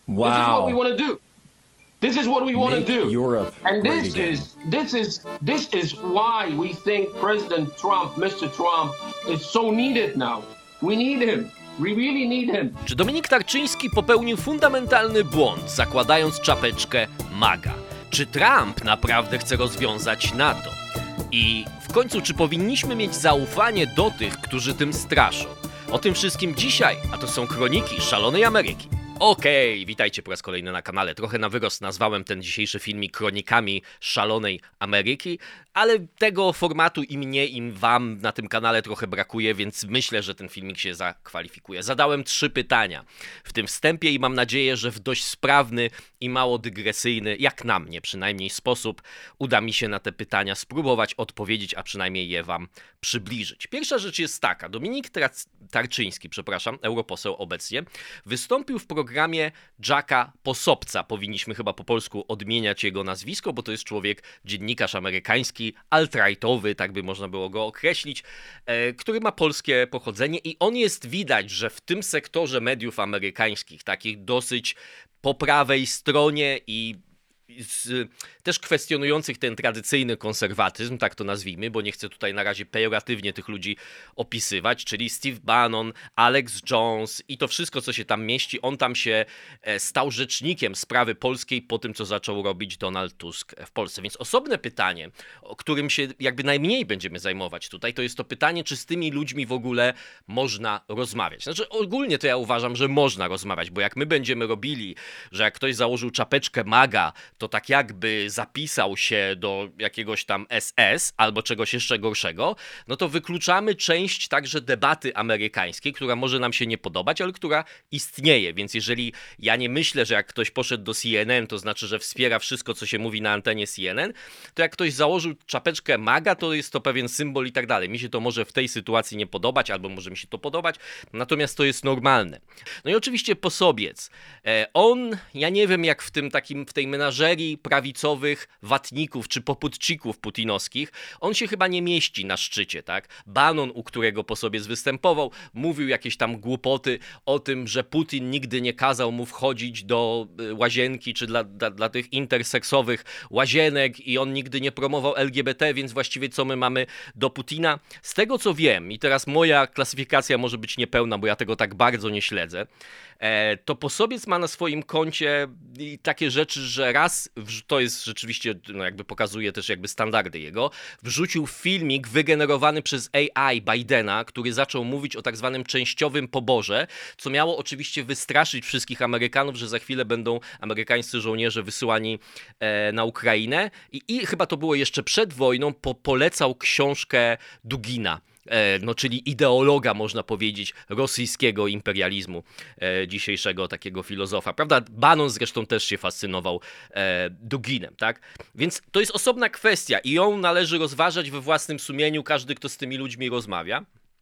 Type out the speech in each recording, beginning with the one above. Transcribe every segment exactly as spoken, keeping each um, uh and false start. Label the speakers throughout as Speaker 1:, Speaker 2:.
Speaker 1: Wow.
Speaker 2: This is what we want to do. This is what we want to do.
Speaker 1: Europe
Speaker 2: and this
Speaker 1: great
Speaker 2: is this is this is why we think President Trump, mister Trump, is so needed now. We need him. We really need him.
Speaker 3: Czy Dominik Tarczyński popełnił fundamentalny błąd, zakładając czapeczkę MAGA? Czy Trump naprawdę chce rozwiązać NATO? I w końcu, czy powinniśmy mieć zaufanie do tych, którzy tym straszą? O tym wszystkim dzisiaj, a to są Kroniki Szalonej Ameryki. Okej, okay, witajcie po raz kolejny na kanale. Trochę na wyrost nazwałem ten dzisiejszy filmik Kronikami Szalonej Ameryki, ale tego formatu i mnie, i wam na tym kanale trochę brakuje, więc myślę, że ten filmik się zakwalifikuje. Zadałem trzy pytania w tym wstępie i mam nadzieję, że w dość sprawny i mało dygresyjny, jak na mnie przynajmniej, sposób uda mi się na te pytania spróbować odpowiedzieć, a przynajmniej je wam przybliżyć. Pierwsza rzecz jest taka. Dominik Tarczyński, przepraszam, europoseł obecnie, wystąpił w programie Jacka Posobca. Powinniśmy chyba po polsku odmieniać jego nazwisko, bo to jest człowiek, dziennikarz amerykański, alt-rightowy, tak by można było go określić, e, który ma polskie pochodzenie i on jest, widać, że w tym sektorze mediów amerykańskich, takich dosyć po prawej stronie i z, też kwestionujących ten tradycyjny konserwatyzm, tak to nazwijmy, bo nie chcę tutaj na razie pejoratywnie tych ludzi opisywać, czyli Steve Bannon, Alex Jones i to wszystko, co się tam mieści, on tam się stał rzecznikiem sprawy polskiej po tym, co zaczął robić Donald Tusk w Polsce. Więc osobne pytanie, o którym się jakby najmniej będziemy zajmować tutaj, to jest to pytanie, czy z tymi ludźmi w ogóle można rozmawiać. Znaczy ogólnie to ja uważam, że można rozmawiać, bo jak my będziemy robili, że jak ktoś założył czapeczkę MAGA, to tak jakby zapisał się do jakiegoś tam S S albo czegoś jeszcze gorszego, no to wykluczamy część także debaty amerykańskiej, która może nam się nie podobać, ale która istnieje. Więc jeżeli ja nie myślę, że jak ktoś poszedł do C N N, to znaczy, że wspiera wszystko, co się mówi na antenie C N N, to jak ktoś założył czapeczkę MAGA, to jest to pewien symbol i tak dalej. Mi się to może w tej sytuacji nie podobać, albo może mi się to podobać, natomiast to jest normalne. No i oczywiście Posobiec. On, ja nie wiem jak w tym takim, w tej menażerii prawicowych watników czy poputczyków putinowskich, on się chyba nie mieści na szczycie, tak? Bannon, u którego Posobiec występował, mówił jakieś tam głupoty o tym, że Putin nigdy nie kazał mu wchodzić do łazienki, czy dla, dla, dla tych interseksowych łazienek i on nigdy nie promował L G B T, więc właściwie co my mamy do Putina? Z tego co wiem, i teraz moja klasyfikacja może być niepełna, bo ja tego tak bardzo nie śledzę, to Posobiec ma na swoim koncie takie rzeczy, że raz, to jest rzeczywiście, no jakby pokazuje też jakby standardy jego, wrzucił filmik wygenerowany przez A I Bidena, który zaczął mówić o tak zwanym częściowym poborze, co miało oczywiście wystraszyć wszystkich Amerykanów, że za chwilę będą amerykańscy żołnierze wysyłani e, na Ukrainę I, i chyba to było jeszcze przed wojną, po, polecał książkę Dugina. No, czyli ideologa, można powiedzieć, rosyjskiego imperializmu e, dzisiejszego takiego filozofa, prawda? Bannon zresztą też się fascynował e, Duginem, tak? Więc to jest osobna kwestia i ją należy rozważać we własnym sumieniu, każdy, kto z tymi ludźmi rozmawia.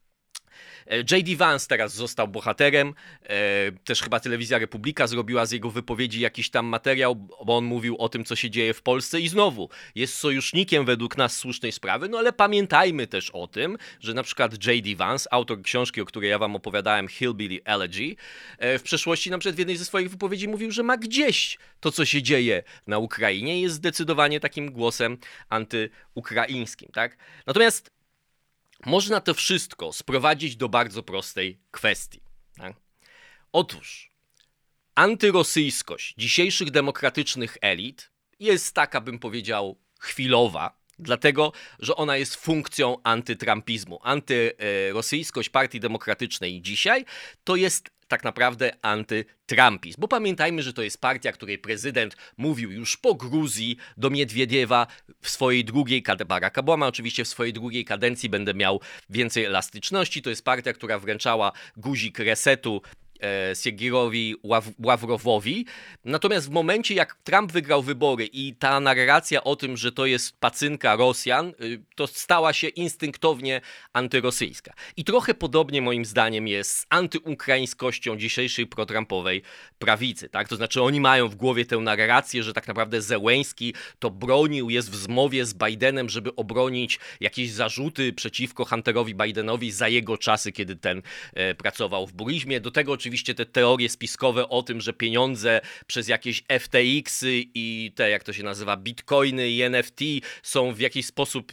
Speaker 3: J D Vance teraz został bohaterem, też chyba Telewizja Republika zrobiła z jego wypowiedzi jakiś tam materiał, bo on mówił o tym, co się dzieje w Polsce i znowu jest sojusznikiem według nas słusznej sprawy, no ale pamiętajmy też o tym, że na przykład J D Vance, autor książki, o której ja wam opowiadałem, Hillbilly Elegy, w przeszłości na przykład w jednej ze swoich wypowiedzi mówił, że ma gdzieś to, co się dzieje na Ukrainie i jest zdecydowanie takim głosem antyukraińskim, tak? Natomiast można to wszystko sprowadzić do bardzo prostej kwestii. Tak? Otóż antyrosyjskość dzisiejszych demokratycznych elit jest taka, bym powiedział, chwilowa, dlatego, że ona jest funkcją antytrumpizmu. Antyrosyjskość Partii Demokratycznej dzisiaj to jest tak naprawdę antytrumpizm. Bo pamiętajmy, że to jest partia, której prezydent mówił już po Gruzji do Miedwiediewa w swojej drugiej kadencji, Baracka Obama oczywiście w swojej drugiej kadencji będę miał więcej elastyczności. To jest partia, która wręczała guzik resetu Siergiejowi Ławrowowi. Natomiast w momencie, jak Trump wygrał wybory i ta narracja o tym, że to jest pacynka Rosjan, to stała się instynktownie antyrosyjska. I trochę podobnie moim zdaniem jest z antyukraińskością dzisiejszej pro-Trumpowej prawicy. Tak? To znaczy oni mają w głowie tę narrację, że tak naprawdę Zełenski to bronił, jest w zmowie z Bidenem, żeby obronić jakieś zarzuty przeciwko Hunterowi Bidenowi za jego czasy, kiedy ten e, pracował w burizmie. Do tego oczywiście oczywiście te teorie spiskowe o tym, że pieniądze przez jakieś F T X-y i te, jak to się nazywa, bitcoiny i N F T są w jakiś sposób,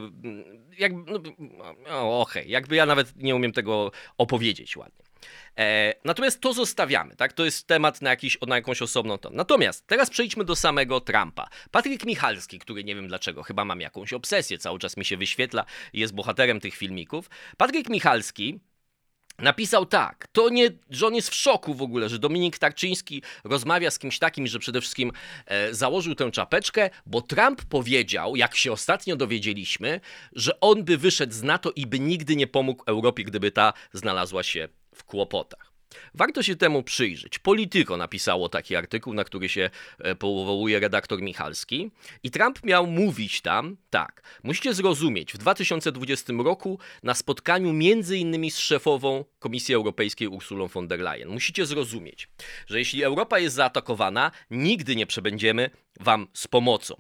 Speaker 3: yy, jakby, no, no okej, okay, jakby ja nawet nie umiem tego opowiedzieć ładnie. E, natomiast to zostawiamy, tak? To jest temat na, jakiś, na jakąś osobną ton. Natomiast teraz przejdźmy do samego Trumpa. Patryk Michalski, który nie wiem dlaczego, chyba mam jakąś obsesję, cały czas mi się wyświetla i jest bohaterem tych filmików. Patryk Michalski napisał tak, to nie, że on jest w szoku w ogóle, że Dominik Tarczyński rozmawia z kimś takim, że przede wszystkim e, założył tę czapeczkę, bo Trump powiedział, jak się ostatnio dowiedzieliśmy, że on by wyszedł z NATO i by nigdy nie pomógł Europie, gdyby ta znalazła się w kłopotach. Warto się temu przyjrzeć. Polityko napisało taki artykuł, na który się powołuje redaktor Michalski i Trump miał mówić tam tak. Musicie zrozumieć, w dwa tysiące dwudziestym roku na spotkaniu między innymi z szefową Komisji Europejskiej Ursulą von der Leyen. Musicie zrozumieć, że jeśli Europa jest zaatakowana, nigdy nie przebędziemy wam z pomocą.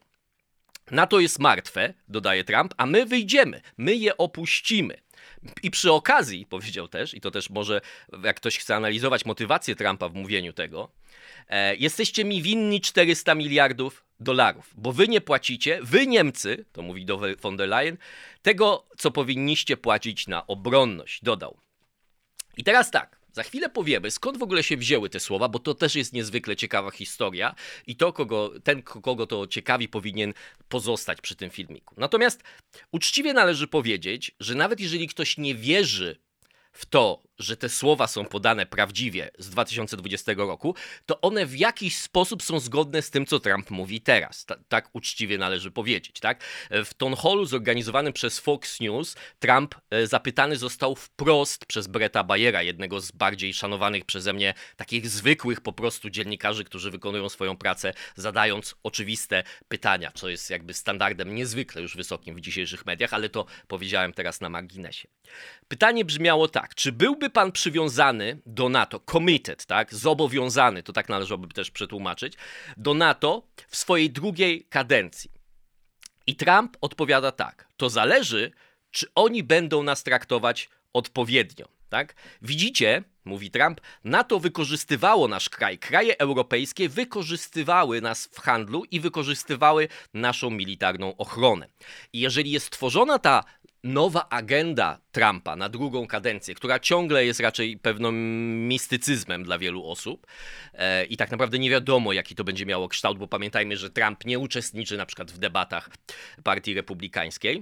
Speaker 3: NATO jest martwe, dodaje Trump, a my wyjdziemy, my je opuścimy. I przy okazji, powiedział też, i to też może, jak ktoś chce analizować motywację Trumpa w mówieniu tego, e, jesteście mi winni czterysta miliardów dolarów, bo wy nie płacicie, wy Niemcy, to mówi do von der Leyen, tego, co powinniście płacić na obronność, dodał. I teraz tak. Za chwilę powiemy, skąd w ogóle się wzięły te słowa, bo to też jest niezwykle ciekawa historia i to, kogo, ten, kogo to ciekawi, powinien pozostać przy tym filmiku. Natomiast uczciwie należy powiedzieć, że nawet jeżeli ktoś nie wierzy w to, że te słowa są podane prawdziwie z dwa tysiące dwudziestego roku, to one w jakiś sposób są zgodne z tym, co Trump mówi teraz. Ta, tak uczciwie należy powiedzieć. Tak? W town hallu zorganizowanym przez Fox News Trump zapytany został wprost przez Bretta Bayera, jednego z bardziej szanowanych przeze mnie takich zwykłych po prostu dziennikarzy, którzy wykonują swoją pracę, zadając oczywiste pytania, co jest jakby standardem niezwykle już wysokim w dzisiejszych mediach, ale to powiedziałem teraz na marginesie. Pytanie brzmiało tak, czy byłby pan przywiązany do NATO, committed, tak, zobowiązany, to tak należałoby też przetłumaczyć, do NATO w swojej drugiej kadencji? I Trump odpowiada tak, to zależy, czy oni będą nas traktować odpowiednio, tak? Widzicie, mówi Trump, NATO wykorzystywało nasz kraj, kraje europejskie wykorzystywały nas w handlu i wykorzystywały naszą militarną ochronę. I jeżeli jest tworzona ta nowa agenda Trumpa na drugą kadencję, która ciągle jest raczej pewnym mistycyzmem dla wielu osób e, i tak naprawdę nie wiadomo, jaki to będzie miało kształt, bo pamiętajmy, że Trump nie uczestniczy na przykład w debatach Partii Republikańskiej,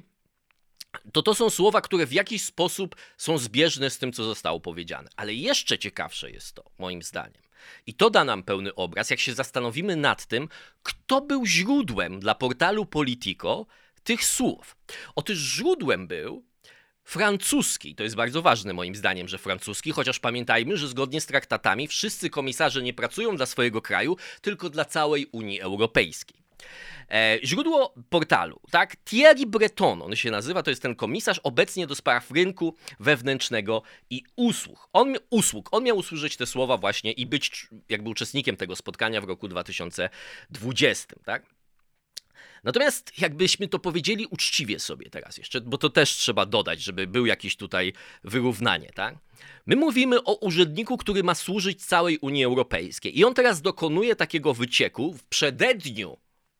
Speaker 3: to to są słowa, które w jakiś sposób są zbieżne z tym, co zostało powiedziane. Ale jeszcze ciekawsze jest to, moim zdaniem. I to da nam pełny obraz, jak się zastanowimy nad tym, kto był źródłem dla portalu Politico tych słów. Otóż źródłem był francuski. To jest bardzo ważne moim zdaniem, że francuski, chociaż pamiętajmy, że zgodnie z traktatami wszyscy komisarze nie pracują dla swojego kraju, tylko dla całej Unii Europejskiej. E, źródło portalu, tak? Thierry Breton, on się nazywa, to jest ten komisarz obecnie do spraw rynku wewnętrznego i usług. On, usług. On miał usłyszeć te słowa właśnie i być jakby uczestnikiem tego spotkania w roku dwa tysiące dwudziestym, tak? Natomiast jakbyśmy to powiedzieli uczciwie sobie teraz jeszcze, bo to też trzeba dodać, żeby był jakiś tutaj wyrównanie, tak? My mówimy o urzędniku, który ma służyć całej Unii Europejskiej i on teraz dokonuje takiego wycieku w przededniu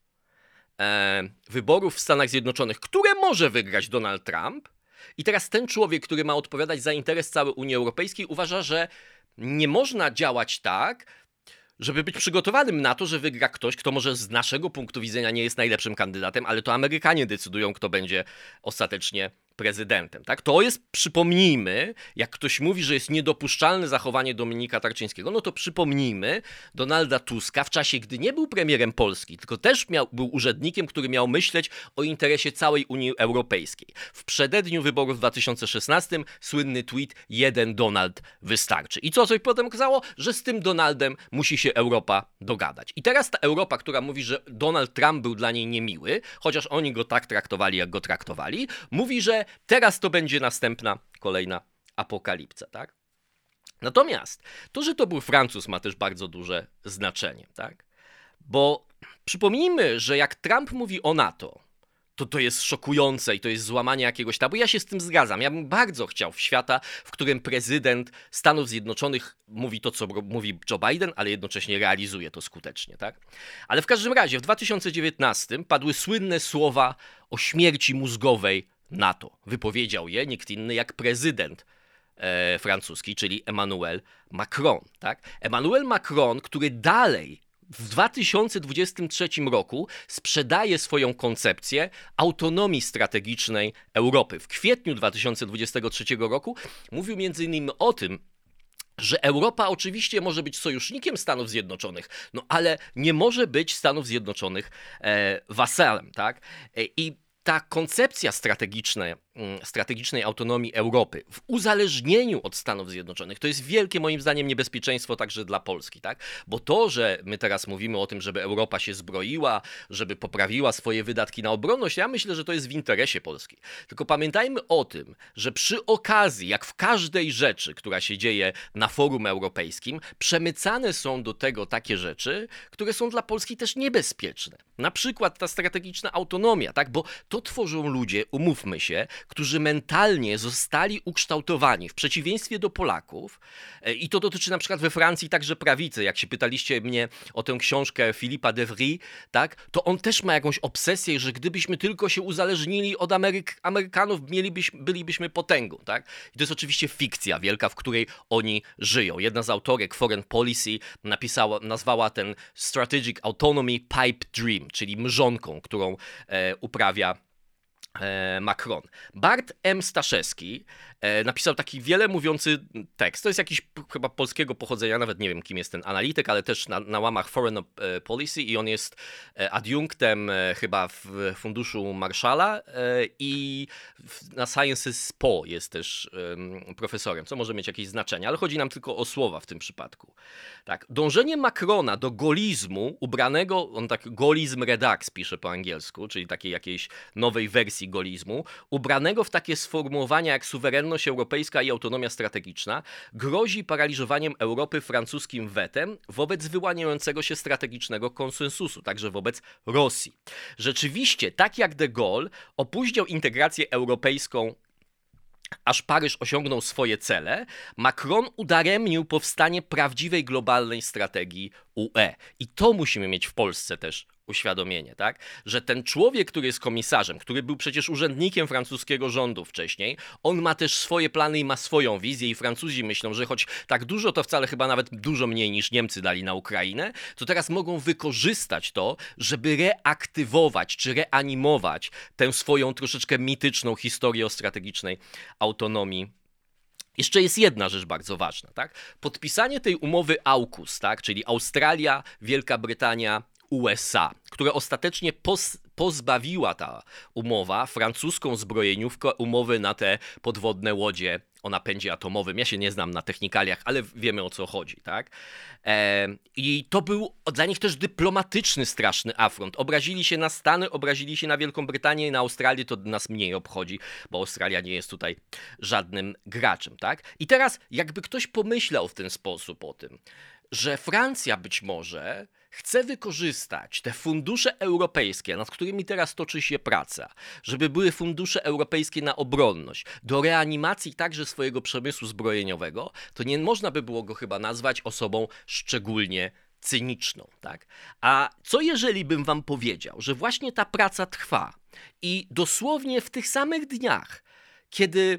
Speaker 3: e, wyborów w Stanach Zjednoczonych, które może wygrać Donald Trump i teraz ten człowiek, który ma odpowiadać za interes całej Unii Europejskiej, uważa, że nie można działać tak, żeby być przygotowanym na to, że wygra ktoś, kto może z naszego punktu widzenia nie jest najlepszym kandydatem, ale to Amerykanie decydują, kto będzie ostatecznie prezydentem. Tak? To jest, przypomnijmy, jak ktoś mówi, że jest niedopuszczalne zachowanie Dominika Tarczyńskiego, no to przypomnijmy Donalda Tuska w czasie, gdy nie był premierem Polski, tylko też miał, był urzędnikiem, który miał myśleć o interesie całej Unii Europejskiej. W przededniu wyborów w dwa tysiące szesnastym słynny tweet jeden Donald wystarczy. I co coś potem okazało? Że z tym Donaldem musi się Europa dogadać. I teraz ta Europa, która mówi, że Donald Trump był dla niej niemiły, chociaż oni go tak traktowali, jak go traktowali, mówi, że teraz to będzie następna, kolejna apokalipsa, tak? Natomiast to, że to był Francuz, ma też bardzo duże znaczenie, tak? Bo przypomnijmy, że jak Trump mówi o NATO, to to jest szokujące i to jest złamanie jakiegoś tabu. Ja się z tym zgadzam. Ja bym bardzo chciał w świata, w którym prezydent Stanów Zjednoczonych mówi to, co mówi Joe Biden, ale jednocześnie realizuje to skutecznie, tak? Ale w każdym razie w dwa tysiące dziewiętnastym padły słynne słowa o śmierci mózgowej NATO. Wypowiedział je nikt inny jak prezydent e, francuski, czyli Emmanuel Macron, tak? Emmanuel Macron, który dalej w dwa tysiące dwudziestym trzecim roku sprzedaje swoją koncepcję autonomii strategicznej Europy. W kwietniu dwa tysiące dwudziestego trzeciego roku mówił między innymi o tym, że Europa oczywiście może być sojusznikiem Stanów Zjednoczonych, no ale nie może być Stanów Zjednoczonych e, wasalem, tak? E, I ta koncepcja strategicznej, strategicznej autonomii Europy w uzależnieniu od Stanów Zjednoczonych to jest wielkie moim zdaniem niebezpieczeństwo także dla Polski, tak? Bo to, że my teraz mówimy o tym, żeby Europa się zbroiła, żeby poprawiła swoje wydatki na obronność, ja myślę, że to jest w interesie Polski. Tylko pamiętajmy o tym, że przy okazji, jak w każdej rzeczy, która się dzieje na forum europejskim, przemycane są do tego takie rzeczy, które są dla Polski też niebezpieczne. Na przykład ta strategiczna autonomia, tak? Bo to tworzą ludzie, umówmy się, którzy mentalnie zostali ukształtowani w przeciwieństwie do Polaków i to dotyczy na przykład we Francji także prawicy. Jak się pytaliście mnie o tę książkę Philippa de Vries, tak, to on też ma jakąś obsesję, że gdybyśmy tylko się uzależnili od Ameryk- Amerykanów, mielibyśmy, bylibyśmy potęgą. Tak? I to jest oczywiście fikcja wielka, w której oni żyją. Jedna z autorek Foreign Policy napisała, nazwała ten Strategic Autonomy Pipe Dream, czyli mrzonką, którą e, uprawia Macron. Bart M. Staszewski e, napisał taki wiele mówiący tekst. To jest jakiś chyba polskiego pochodzenia, nawet nie wiem kim jest ten analityk, ale też na, na łamach Foreign Policy i on jest adiunktem e, chyba w funduszu Marshalla e, i w, na Sciences Po jest też e, profesorem, co może mieć jakieś znaczenie, ale chodzi nam tylko o słowa w tym przypadku. Tak. Dążenie Macrona do golizmu ubranego, on tak golizm redux pisze po angielsku, czyli takiej jakiejś nowej wersji golizmu, ubranego w takie sformułowania jak suwerenność europejska i autonomia strategiczna, grozi paraliżowaniem Europy francuskim wetem wobec wyłaniającego się strategicznego konsensusu, także wobec Rosji. Rzeczywiście, tak jak de Gaulle opóźniał integrację europejską, aż Paryż osiągnął swoje cele, Macron udaremnił powstanie prawdziwej globalnej strategii U E. I to musimy mieć w Polsce też uświadomienie, tak? Że ten człowiek, który jest komisarzem, który był przecież urzędnikiem francuskiego rządu wcześniej, on ma też swoje plany i ma swoją wizję i Francuzi myślą, że choć tak dużo, to wcale chyba nawet dużo mniej niż Niemcy dali na Ukrainę, to teraz mogą wykorzystać to, żeby reaktywować czy reanimować tę swoją troszeczkę mityczną historię o strategicznej autonomii. Jeszcze jest jedna rzecz bardzo ważna, tak? Podpisanie tej umowy AUKUS, tak? Czyli Australia, Wielka Brytania, U S A, które ostatecznie poz, pozbawiła ta umowa francuską zbrojeniówkę umowy na te podwodne łodzie o napędzie atomowym. Ja się nie znam na technikaliach, ale wiemy o co chodzi, tak? E, I to był dla nich też dyplomatyczny straszny afront. Obrazili się na Stany, obrazili się na Wielką Brytanię i na Australię, to nas mniej obchodzi, bo Australia nie jest tutaj żadnym graczem, tak? I teraz jakby ktoś pomyślał w ten sposób o tym, że Francja być może chce wykorzystać te fundusze europejskie, nad którymi teraz toczy się praca, żeby były fundusze europejskie na obronność, do reanimacji także swojego przemysłu zbrojeniowego, to nie można by było go chyba nazwać osobą szczególnie cyniczną, tak? A co jeżeli bym wam powiedział, że właśnie ta praca trwa i dosłownie w tych samych dniach, kiedy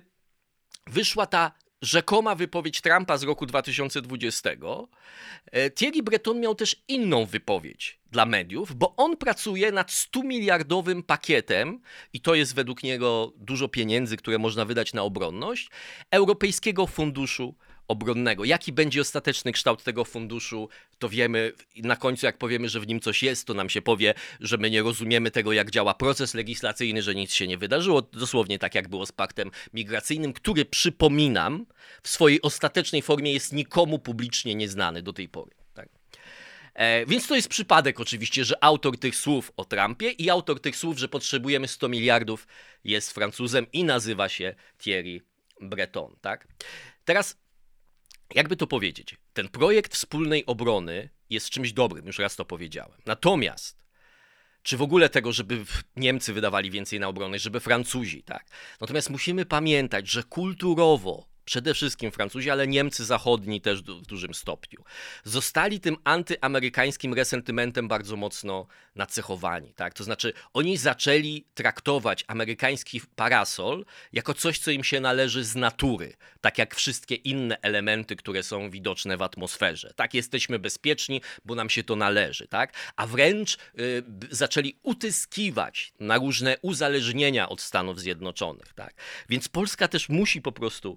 Speaker 3: wyszła ta rzekoma wypowiedź Trumpa z roku dwa tysiące dwudziestego, Thierry Breton miał też inną wypowiedź dla mediów, bo on pracuje nad stumiliardowym pakietem, i to jest według niego dużo pieniędzy, które można wydać na obronność, Europejskiego Funduszu Obronnego. Jaki będzie ostateczny kształt tego funduszu, to wiemy na końcu, jak powiemy, że w nim coś jest, to nam się powie, że my nie rozumiemy tego, jak działa proces legislacyjny, że nic się nie wydarzyło. Dosłownie tak, jak było z paktem migracyjnym, który, przypominam, w swojej ostatecznej formie jest nikomu publicznie nieznany do tej pory. Tak? E, więc to jest przypadek oczywiście, że autor tych słów o Trumpie i autor tych słów, że potrzebujemy sto miliardów, jest Francuzem i nazywa się Thierry Breton. Tak? Teraz jakby to powiedzieć, ten projekt wspólnej obrony jest czymś dobrym, już raz to powiedziałem. Natomiast czy w ogóle tego, żeby Niemcy wydawali więcej na obronę, żeby Francuzi, tak. Natomiast musimy pamiętać, że kulturowo przede wszystkim Francuzi, ale Niemcy zachodni też w dużym stopniu, zostali tym antyamerykańskim resentymentem bardzo mocno nacechowani. Tak? To znaczy oni zaczęli traktować amerykański parasol jako coś, co im się należy z natury, tak jak wszystkie inne elementy, które są widoczne w atmosferze. Tak, jesteśmy bezpieczni, bo nam się to należy. Tak? A wręcz y, zaczęli utyskiwać na różne uzależnienia od Stanów Zjednoczonych. Tak? Więc Polska też musi po prostu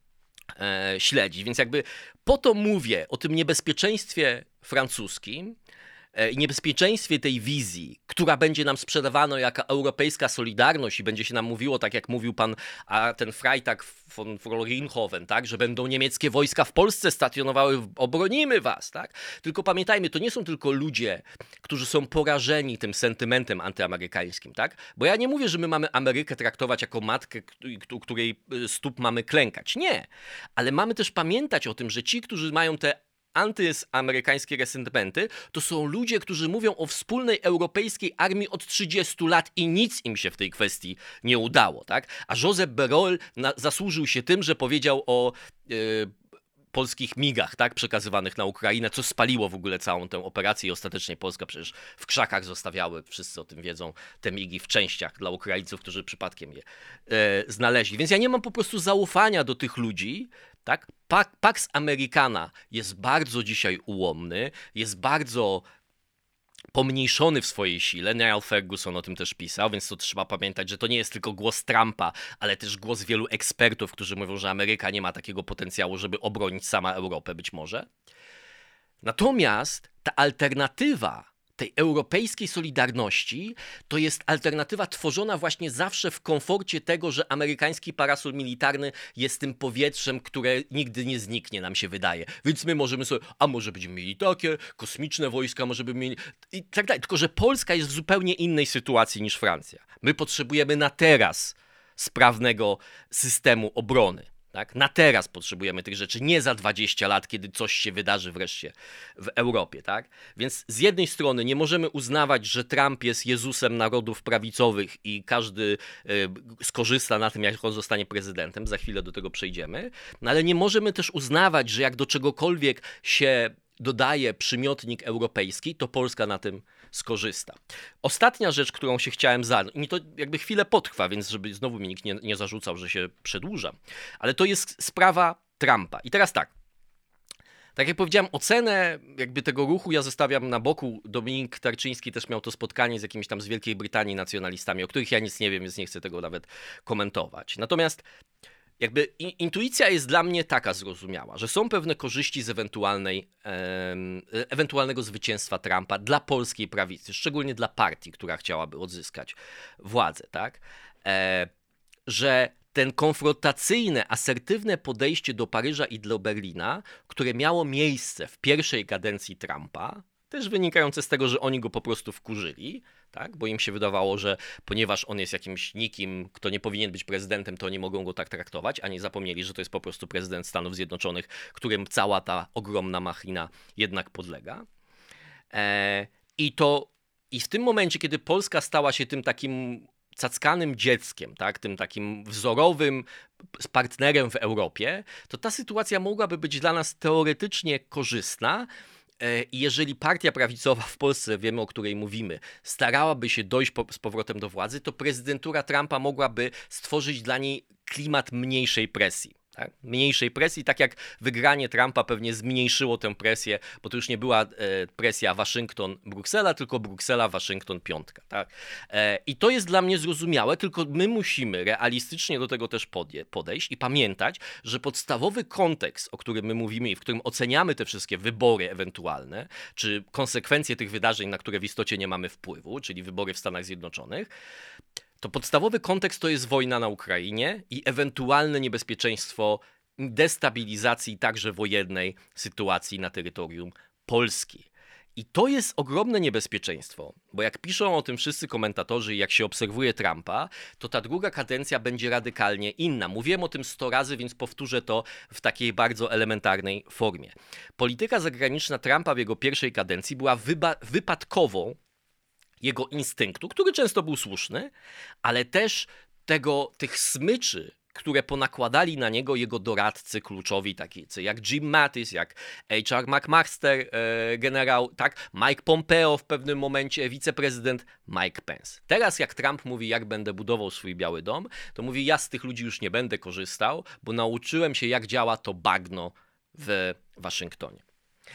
Speaker 3: E, śledzić. Więc jakby po to mówię o tym niebezpieczeństwie francuskim i niebezpieczeństwie tej wizji, która będzie nam sprzedawana jako europejska solidarność i będzie się nam mówiło, tak jak mówił pan a ten Freitag von Florienhofen, tak, że będą niemieckie wojska w Polsce stacjonowały, obronimy was, tak? Tylko pamiętajmy, to nie są tylko ludzie, którzy są porażeni tym sentymentem antyamerykańskim, tak? Bo ja nie mówię, że my mamy Amerykę traktować jako matkę, u której stóp mamy klękać. Nie. Ale mamy też pamiętać o tym, że ci, którzy mają te antyamerykańskie resentymenty, to są ludzie, którzy mówią o wspólnej europejskiej armii od trzydziestu lat i nic im się w tej kwestii nie udało, tak? A Josep Borrell na, zasłużył się tym, że powiedział o yy, polskich migach, tak, przekazywanych na Ukrainę, co spaliło w ogóle całą tę operację i ostatecznie Polska przecież w krzakach zostawiały, wszyscy o tym wiedzą, te migi w częściach dla Ukraińców, którzy przypadkiem je e, znaleźli. Więc ja nie mam po prostu zaufania do tych ludzi, tak? Pax Americana jest bardzo dzisiaj ułomny, jest bardzo pomniejszony w swojej sile. Niall Ferguson o tym też pisał, więc to trzeba pamiętać, że to nie jest tylko głos Trumpa, ale też głos wielu ekspertów, którzy mówią, że Ameryka nie ma takiego potencjału, żeby obronić sama Europę być może. Natomiast ta alternatywa tej europejskiej solidarności to jest alternatywa tworzona właśnie zawsze w komforcie tego, że amerykański parasol militarny jest tym powietrzem, które nigdy nie zniknie, nam się wydaje. Więc my możemy sobie, a może będziemy mieli takie, kosmiczne wojska, może będziemy mieli i tak dalej. Tylko że Polska jest w zupełnie innej sytuacji niż Francja. My potrzebujemy na teraz sprawnego systemu obrony. Tak? Na teraz potrzebujemy tych rzeczy, nie za dwadzieścia lat, kiedy coś się wydarzy wreszcie w Europie. Tak? Więc z jednej strony nie możemy uznawać, że Trump jest Jezusem narodów prawicowych i każdy y, skorzysta na tym, jak on zostanie prezydentem, za chwilę do tego przejdziemy, no ale nie możemy też uznawać, że jak do czegokolwiek się dodaje przymiotnik europejski, to Polska na tym skorzysta. Ostatnia rzecz, którą się chciałem zadać, i to jakby chwilę potrwa, więc żeby znowu mi nikt nie, nie zarzucał, że się przedłuża, ale to jest sprawa Trumpa. I teraz tak, tak jak powiedziałem, ocenę jakby tego ruchu ja zostawiam na boku. Dominik Tarczyński też miał to spotkanie z jakimiś tam z Wielkiej Brytanii nacjonalistami, o których ja nic nie wiem, więc nie chcę tego nawet komentować. Natomiast jakby intuicja jest dla mnie taka zrozumiała, że są pewne korzyści z ewentualnej, e, ewentualnego zwycięstwa Trumpa dla polskiej prawicy, szczególnie dla partii, która chciałaby odzyskać władzę, tak? E, że ten konfrontacyjne, asertywne podejście do Paryża i do Berlina, które miało miejsce w pierwszej kadencji Trumpa, też wynikające z tego, że oni go po prostu wkurzyli, tak? Bo im się wydawało, że ponieważ on jest jakimś nikim, kto nie powinien być prezydentem, to oni mogą go tak traktować, a nie zapomnieli, że to jest po prostu prezydent Stanów Zjednoczonych, którym cała ta ogromna machina jednak podlega. E, i, to, I w tym momencie, kiedy Polska stała się tym takim cackanym dzieckiem, tak? Tym takim wzorowym partnerem w Europie, to ta sytuacja mogłaby być dla nas teoretycznie korzystna. I jeżeli partia prawicowa w Polsce, wiemy o której mówimy, starałaby się dojść po, z powrotem do władzy, to prezydentura Trumpa mogłaby stworzyć dla niej klimat mniejszej presji. Tak? Mniejszej presji, tak jak wygranie Trumpa pewnie zmniejszyło tę presję, bo to już nie była e, presja Waszyngton-Bruksela, tylko Bruksela-Waszyngton piątka. Tak? E, I to jest dla mnie zrozumiałe, tylko my musimy realistycznie do tego też podje, podejść i pamiętać, że podstawowy kontekst, o którym my mówimy i w którym oceniamy te wszystkie wybory ewentualne, czy konsekwencje tych wydarzeń, na które w istocie nie mamy wpływu, czyli wybory w Stanach Zjednoczonych, to podstawowy kontekst to jest wojna na Ukrainie i ewentualne niebezpieczeństwo destabilizacji także wojennej sytuacji na terytorium Polski. I to jest ogromne niebezpieczeństwo, bo jak piszą o tym wszyscy komentatorzy i jak się obserwuje Trumpa, to ta druga kadencja będzie radykalnie inna. Mówiłem o tym sto razy, więc powtórzę to w takiej bardzo elementarnej formie. Polityka zagraniczna Trumpa w jego pierwszej kadencji była wyba- wypadkową jego instynktu, który często był słuszny, ale też tego, tych smyczy, które ponakładali na niego jego doradcy kluczowi, tacy jak Jim Mattis, jak H R McMaster, e, generał, tak, Mike Pompeo w pewnym momencie, wiceprezydent Mike Pence. Teraz jak Trump mówi, jak będę budował swój Biały Dom, to mówi, ja z tych ludzi już nie będę korzystał, bo nauczyłem się, jak działa to bagno w Waszyngtonie.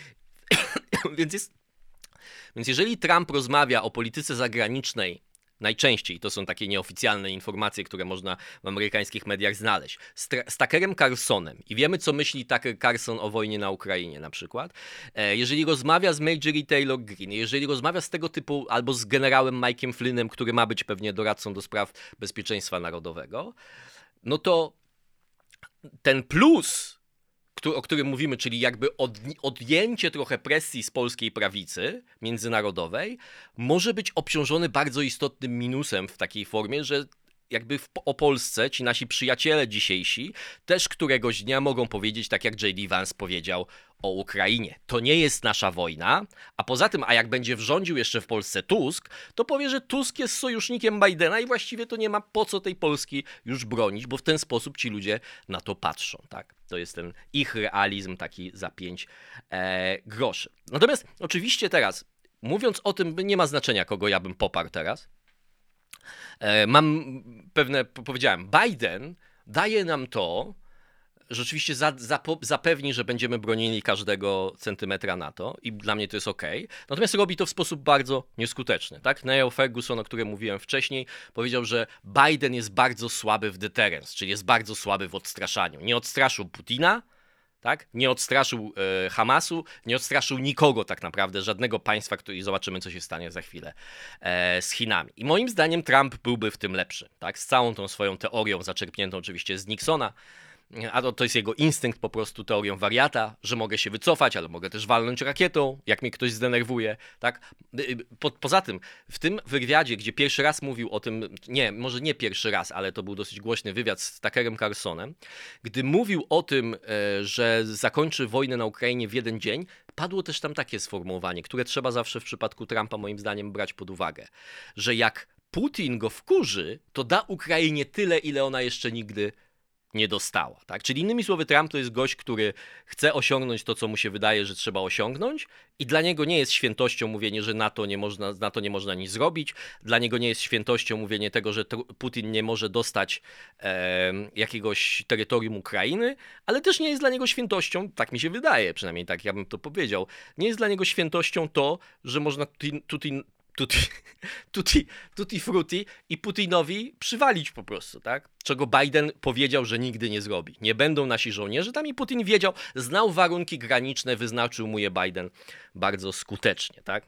Speaker 3: Więc jest, więc jeżeli Trump rozmawia o polityce zagranicznej, najczęściej to są takie nieoficjalne informacje, które można w amerykańskich mediach znaleźć, z, z Tuckerem Carlsonem i wiemy, co myśli Tucker Carlson o wojnie na Ukrainie na przykład, jeżeli rozmawia z Marjorie Taylor Greene, jeżeli rozmawia z tego typu, albo z generałem Mike'iem Flynnem, który ma być pewnie doradcą do spraw bezpieczeństwa narodowego, no to ten plus, o którym mówimy, czyli jakby od, odjęcie trochę presji z polskiej prawicy międzynarodowej, może być obciążony bardzo istotnym minusem w takiej formie, że jakby w, o Polsce ci nasi przyjaciele dzisiejsi też któregoś dnia mogą powiedzieć, tak jak J D Vance powiedział o Ukrainie. To nie jest nasza wojna, a poza tym, a jak będzie wrządził jeszcze w Polsce Tusk, to powie, że Tusk jest sojusznikiem Bidena i właściwie to nie ma po co tej Polski już bronić, bo w ten sposób ci ludzie na to patrzą, tak? To jest ten ich realizm taki za pięć e, groszy. Natomiast oczywiście teraz, mówiąc o tym, nie ma znaczenia, kogo ja bym poparł teraz. E, mam pewne, powiedziałem, Biden daje nam to, rzeczywiście za, za, zapewni, że będziemy bronili każdego centymetra NATO i dla mnie to jest okej. Natomiast robi to w sposób bardzo nieskuteczny. Tak? Niall Ferguson, o którym mówiłem wcześniej, powiedział, że Biden jest bardzo słaby w deterrence, czyli jest bardzo słaby w odstraszaniu. Nie odstraszył Putina, tak? Nie odstraszył e, Hamasu, nie odstraszył nikogo tak naprawdę, żadnego państwa, który, i zobaczymy, co się stanie za chwilę e, z Chinami. I moim zdaniem Trump byłby w tym lepszy. Tak? Z całą tą swoją teorią, zaczerpniętą oczywiście z Nixona, a to, to jest jego instynkt po prostu, teorią wariata, że mogę się wycofać, ale mogę też walnąć rakietą, jak mnie ktoś zdenerwuje, tak? Po, poza tym, w tym wywiadzie, gdzie pierwszy raz mówił o tym, nie, może nie pierwszy raz, ale to był dosyć głośny wywiad z Tuckerem Carlsonem, gdy mówił o tym, że zakończy wojnę na Ukrainie w jeden dzień, padło też tam takie sformułowanie, które trzeba zawsze w przypadku Trumpa moim zdaniem brać pod uwagę, że jak Putin go wkurzy, to da Ukrainie tyle, ile ona jeszcze nigdy nie dostała. Tak? Czyli innymi słowy, Trump to jest gość, który chce osiągnąć to, co mu się wydaje, że trzeba osiągnąć i dla niego nie jest świętością mówienie, że NATO nie można, z NATO nie można nic zrobić, dla niego nie jest świętością mówienie tego, że Putin nie może dostać e, jakiegoś terytorium Ukrainy, ale też nie jest dla niego świętością, tak mi się wydaje, przynajmniej tak ja bym to powiedział, nie jest dla niego świętością to, że można Putin, Putin Tutti, tutti, tutti frutti i Putinowi przywalić po prostu, tak? Czego Biden powiedział, że nigdy nie zrobi. Nie będą nasi żołnierze tam i Putin wiedział, znał warunki graniczne, wyznaczył mu je Biden bardzo skutecznie, tak?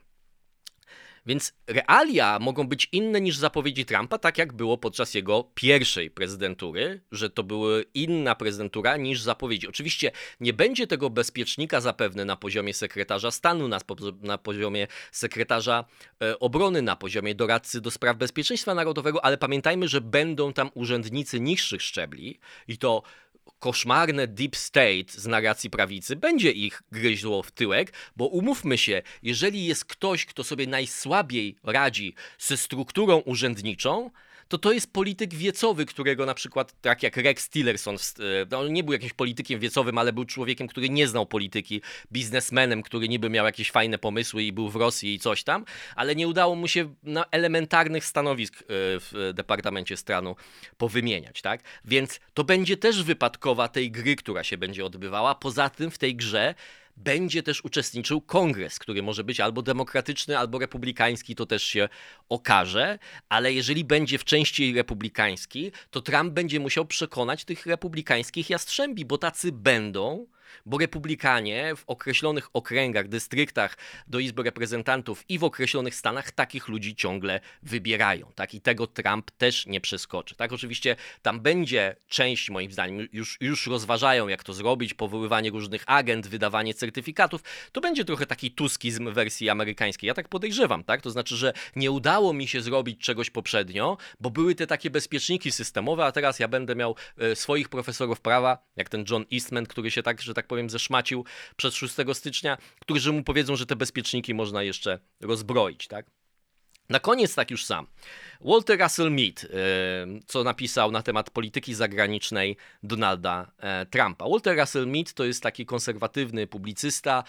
Speaker 3: Więc realia mogą być inne niż zapowiedzi Trumpa, tak jak było podczas jego pierwszej prezydentury, że to była inna prezydentura niż zapowiedzi. Oczywiście nie będzie tego bezpiecznika zapewne na poziomie sekretarza stanu, na, na poziomie sekretarza e, obrony, na poziomie doradcy do spraw bezpieczeństwa narodowego, ale pamiętajmy, że będą tam urzędnicy niższych szczebli i to koszmarne deep state z narracji prawicy będzie ich gryźło w tyłek, bo umówmy się, jeżeli jest ktoś, kto sobie najsłabiej radzi ze strukturą urzędniczą, to to jest polityk wiecowy, którego na przykład, tak jak Rex Tillerson, no on nie był jakimś politykiem wiecowym, ale był człowiekiem, który nie znał polityki, biznesmenem, który niby miał jakieś fajne pomysły i był w Rosji i coś tam, ale nie udało mu się na elementarnych stanowisk w Departamencie Stanu powymieniać, tak? Więc to będzie też wypadkowa tej gry, która się będzie odbywała. Poza tym w tej grze będzie też uczestniczył kongres, który może być albo demokratyczny, albo republikański, to też się okaże, ale jeżeli będzie w części republikański, to Trump będzie musiał przekonać tych republikańskich jastrzębi, bo tacy będą, bo republikanie w określonych okręgach, dystryktach do Izby Reprezentantów i w określonych stanach takich ludzi ciągle wybierają, tak? I tego Trump też nie przeskoczy, tak? Oczywiście tam będzie część, moim zdaniem, już, już rozważają, jak to zrobić, powoływanie różnych agent, wydawanie certyfikatów, to będzie trochę taki tuskizm w wersji amerykańskiej, ja tak podejrzewam, tak? To znaczy, że nie udało mi się zrobić czegoś poprzednio, bo były te takie bezpieczniki systemowe, a teraz ja będę miał e, swoich profesorów prawa, jak ten John Eastman, który się tak, że tak powiem, zeszmacił przed szóstego stycznia, którzy mu powiedzą, że te bezpieczniki można jeszcze rozbroić, tak? Na koniec tak już sam. Walter Russell Mead, co napisał na temat polityki zagranicznej Donalda Trumpa. Walter Russell Mead to jest taki konserwatywny publicysta,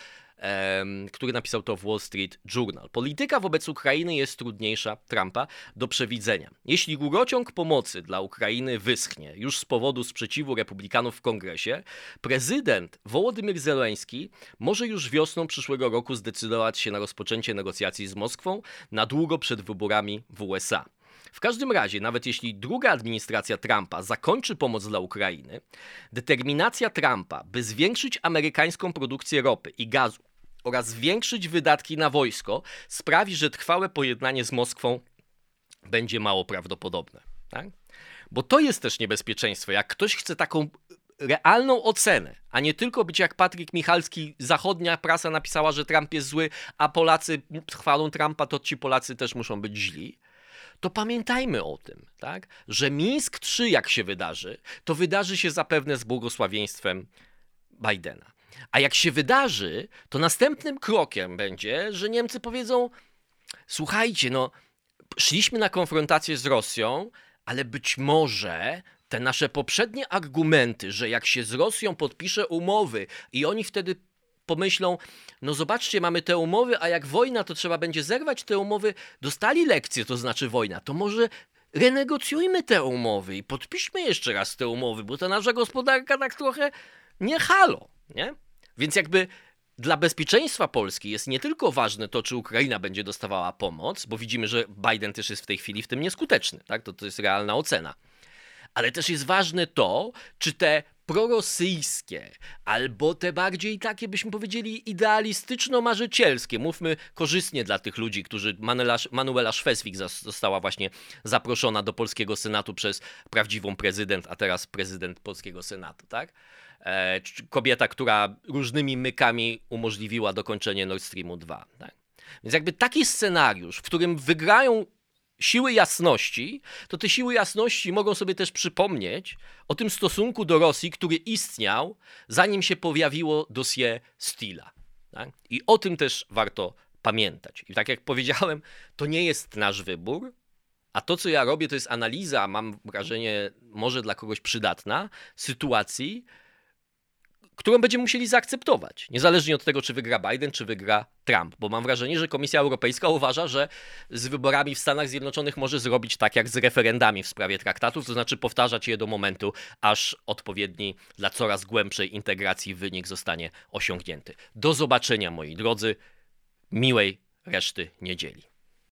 Speaker 3: który napisał to w Wall Street Journal. Polityka wobec Ukrainy jest trudniejsza Trumpa do przewidzenia. Jeśli rurociąg pomocy dla Ukrainy wyschnie już z powodu sprzeciwu republikanów w kongresie, prezydent Wołodymyr Zełenski może już wiosną przyszłego roku zdecydować się na rozpoczęcie negocjacji z Moskwą na długo przed wyborami w U S A. W każdym razie, nawet jeśli druga administracja Trumpa zakończy pomoc dla Ukrainy, determinacja Trumpa, by zwiększyć amerykańską produkcję ropy i gazu oraz zwiększyć wydatki na wojsko, sprawi, że trwałe pojednanie z Moskwą będzie mało prawdopodobne. Tak? Bo to jest też niebezpieczeństwo. Jak ktoś chce taką realną ocenę, a nie tylko być jak Patryk Michalski, zachodnia prasa napisała, że Trump jest zły, a Polacy chwalą Trumpa, to ci Polacy też muszą być źli. To pamiętajmy o tym, tak? Że Mińsk trzy jak się wydarzy, to wydarzy się zapewne z błogosławieństwem Bidena. A jak się wydarzy, to następnym krokiem będzie, że Niemcy powiedzą: słuchajcie, no szliśmy na konfrontację z Rosją, ale być może te nasze poprzednie argumenty, że jak się z Rosją podpisze umowy i oni wtedy pomyślą, no zobaczcie, mamy te umowy, a jak wojna, to trzeba będzie zerwać te umowy, dostali lekcję, to znaczy wojna, to może renegocjujmy te umowy i podpiszmy jeszcze raz te umowy, bo ta nasza gospodarka tak trochę nie halo, nie? Więc jakby dla bezpieczeństwa Polski jest nie tylko ważne to, czy Ukraina będzie dostawała pomoc, bo widzimy, że Biden też jest w tej chwili w tym nieskuteczny, tak? To, to jest realna ocena. Ale też jest ważne to, czy te prorosyjskie, albo te bardziej takie, byśmy powiedzieli, idealistyczno-marzycielskie, mówmy korzystnie dla tych ludzi, którzy Manuela, Manuela Szweswik została właśnie zaproszona do polskiego Senatu przez prawdziwą prezydent, a teraz prezydent polskiego Senatu, tak? E, kobieta, która różnymi mykami umożliwiła dokończenie Nord Streamu dwa. Tak? Więc jakby taki scenariusz, w którym wygrają siły jasności, to te siły jasności mogą sobie też przypomnieć o tym stosunku do Rosji, który istniał, zanim się pojawiło dossier Steela. Tak? I o tym też warto pamiętać. I tak jak powiedziałem, to nie jest nasz wybór, a to, co ja robię, to jest analiza, mam wrażenie, może dla kogoś przydatna, sytuacji, którą będziemy musieli zaakceptować, niezależnie od tego, czy wygra Biden, czy wygra Trump, bo mam wrażenie, że Komisja Europejska uważa, że z wyborami w Stanach Zjednoczonych może zrobić tak jak z referendami w sprawie traktatów, to znaczy powtarzać je do momentu, aż odpowiedni dla coraz głębszej integracji wynik zostanie osiągnięty. Do zobaczenia, moi drodzy, miłej reszty niedzieli.